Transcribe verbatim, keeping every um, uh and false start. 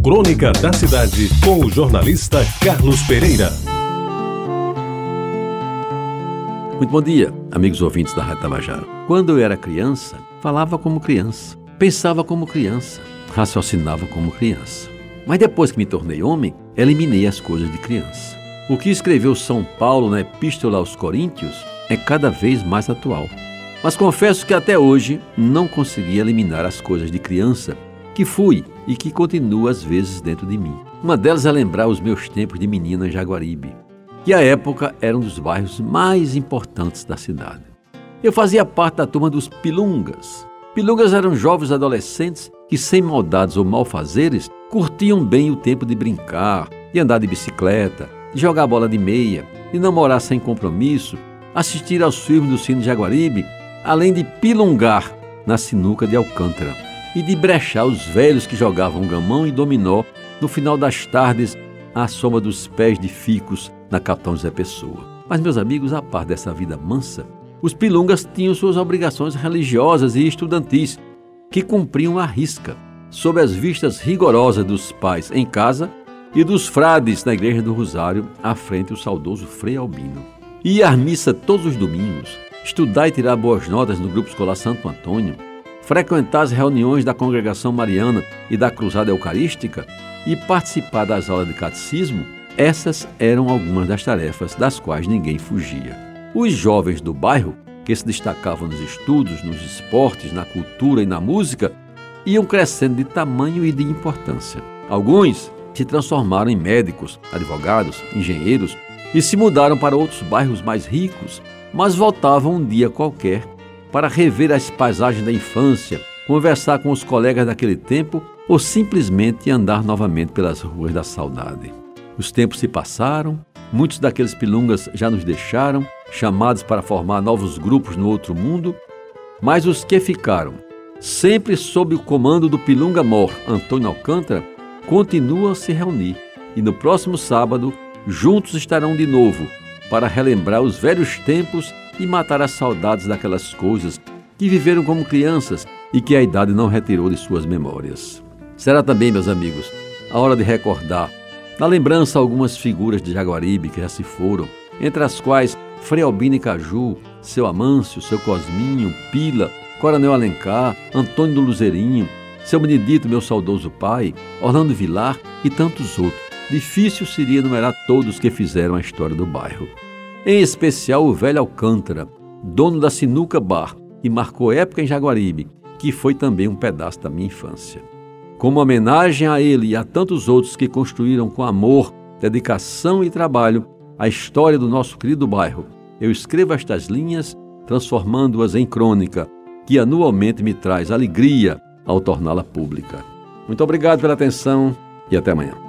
Crônica da Cidade, com o jornalista Carlos Pereira. Muito bom dia, amigos ouvintes da Rádio Tabajara. Quando eu era criança, falava como criança, pensava como criança, raciocinava como criança. Mas depois que me tornei homem, eliminei as coisas de criança. O que escreveu São Paulo na Epístola aos Coríntios é cada vez mais atual. Mas confesso que até hoje não consegui eliminar as coisas de criança que fui e que continua às vezes dentro de mim. Uma delas é lembrar os meus tempos de menina em Jaguaribe, que à época era um dos bairros mais importantes da cidade. Eu fazia parte da turma dos Pilungas. Pilungas eram jovens adolescentes que, sem maldades ou malfazeres, curtiam bem o tempo de brincar, de andar de bicicleta, de jogar bola de meia, de namorar sem compromisso, assistir aos filmes do Cine Jaguaribe, além de pilungar na sinuca de Alcântara e de brechar os velhos que jogavam gamão e dominó no final das tardes à sombra dos pés de ficos na Capitão José Pessoa. Mas, meus amigos, a par dessa vida mansa, os pilungas tinham suas obrigações religiosas e estudantis, que cumpriam à risca, sob as vistas rigorosas dos pais em casa e dos frades na Igreja do Rosário, à frente do saudoso Frei Albino. Ia à missa todos os domingos, estudar e tirar boas notas no Grupo Escolar Santo Antônio, frequentar as reuniões da Congregação Mariana e da Cruzada Eucarística e participar das aulas de catecismo. Essas eram algumas das tarefas das quais ninguém fugia. Os jovens do bairro, que se destacavam nos estudos, nos esportes, na cultura e na música, iam crescendo de tamanho e de importância. Alguns se transformaram em médicos, advogados, engenheiros e se mudaram para outros bairros mais ricos, mas voltavam um dia qualquer para rever as paisagens da infância, conversar com os colegas daquele tempo ou simplesmente andar novamente pelas ruas da saudade. Os tempos se passaram, muitos daqueles pilungas já nos deixaram, chamados para formar novos grupos no outro mundo, mas os que ficaram, sempre sob o comando do pilunga mor Antônio Alcântara, continuam a se reunir e no próximo sábado juntos estarão de novo para relembrar os velhos tempos e matar as saudades daquelas coisas que viveram como crianças e que a idade não retirou de suas memórias. Será também, meus amigos, a hora de recordar, na lembrança, algumas figuras de Jaguaribe que já se foram, entre as quais Frei Albino e Caju, seu Amâncio, seu Cosminho, Pila, Coronel Alencar, Antônio do Luzerinho, seu Benedito, meu saudoso pai, Orlando Vilar e tantos outros. Difícil seria enumerar todos que fizeram a história do bairro. Em especial o velho Alcântara, dono da Sinuca Bar, que marcou época em Jaguaribe, que foi também um pedaço da minha infância. Como homenagem a ele e a tantos outros que construíram com amor, dedicação e trabalho a história do nosso querido bairro, eu escrevo estas linhas, transformando-as em crônica, que anualmente me traz alegria ao torná-la pública. Muito obrigado pela atenção e até amanhã.